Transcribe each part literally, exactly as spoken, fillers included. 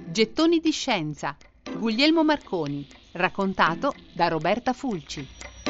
Gettoni di scienza. Guglielmo Marconi. Raccontato da Roberta Fulci.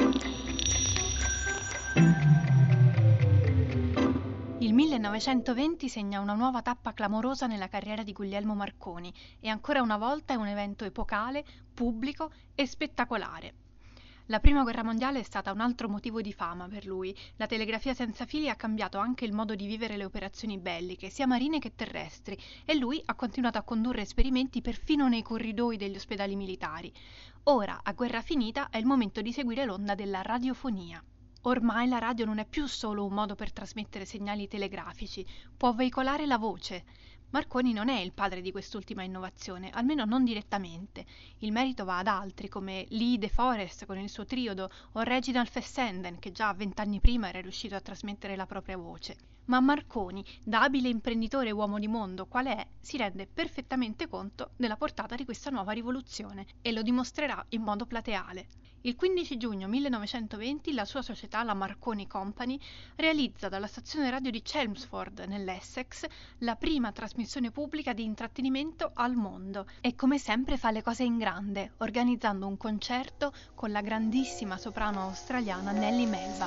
Il millenovecentoventi segna una nuova tappa clamorosa nella carriera di Guglielmo Marconi e ancora una volta è un evento epocale, pubblico e spettacolare. La Prima Guerra Mondiale è stata un altro motivo di fama per lui. La telegrafia senza fili ha cambiato anche il modo di vivere le operazioni belliche, sia marine che terrestri, e lui ha continuato a condurre esperimenti perfino nei corridoi degli ospedali militari. Ora, a guerra finita, è il momento di seguire l'onda della radiofonia. Ormai la radio non è più solo un modo per trasmettere segnali telegrafici, può veicolare la voce. Marconi non è il padre di quest'ultima innovazione, almeno non direttamente. Il merito va ad altri, come Lee De Forest con il suo triodo o Reginald Fessenden, che già vent'anni prima era riuscito a trasmettere la propria voce. Ma Marconi, da abile imprenditore e uomo di mondo quale è, si rende perfettamente conto della portata di questa nuova rivoluzione e lo dimostrerà in modo plateale. Il quindici giugno millenovecentoventi la sua società, la Marconi Company, realizza dalla stazione radio di Chelmsford, nell'Essex, la prima trasmissione pubblica di intrattenimento al mondo e come sempre fa le cose in grande, organizzando un concerto con la grandissima soprano australiana Nellie Melba.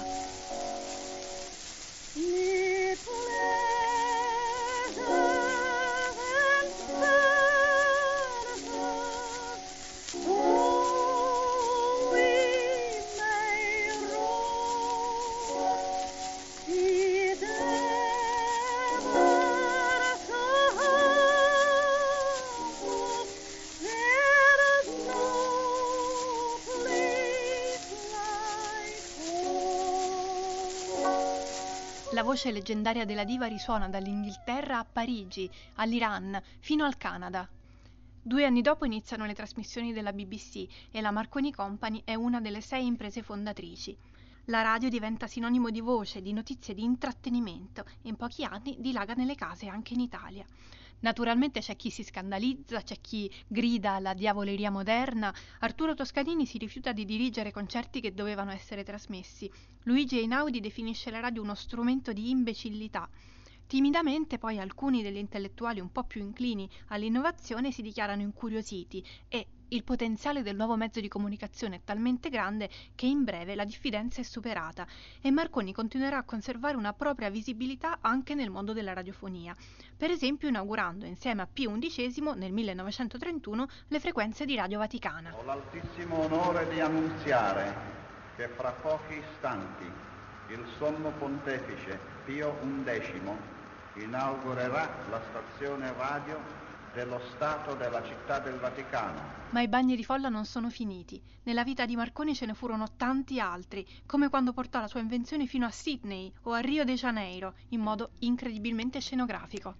La voce leggendaria della diva risuona dall'Inghilterra a Parigi, all'Iran, fino al Canada. Due anni dopo iniziano le trasmissioni della B B C e la Marconi Company è una delle sei imprese fondatrici. La radio diventa sinonimo di voce, di notizie, di intrattenimento e in pochi anni dilaga nelle case anche in Italia. Naturalmente c'è chi si scandalizza, c'è chi grida alla diavoleria moderna. Arturo Toscanini si rifiuta di dirigere concerti che dovevano essere trasmessi. Luigi Einaudi definisce la radio uno strumento di imbecillità. Timidamente poi alcuni degli intellettuali un po' più inclini all'innovazione si dichiarano incuriositi e il potenziale del nuovo mezzo di comunicazione è talmente grande che in breve la diffidenza è superata e Marconi continuerà a conservare una propria visibilità anche nel mondo della radiofonia, per esempio inaugurando insieme a Pio undicesimo nel millenovecentotrentuno le frequenze di Radio Vaticana. Ho l'altissimo onore di annunziare che fra pochi istanti il Sommo Pontefice Pio undicesimo inaugurerà la stazione radio dello Stato della Città del Vaticano. Ma i bagni di folla non sono finiti. Nella vita di Marconi ce ne furono tanti altri, come quando portò la sua invenzione fino a Sydney o a Rio de Janeiro, in modo incredibilmente scenografico.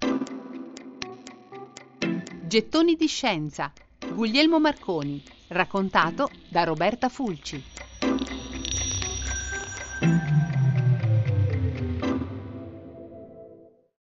Gettoni di scienza. Guglielmo Marconi. Raccontato da Roberta Fulci.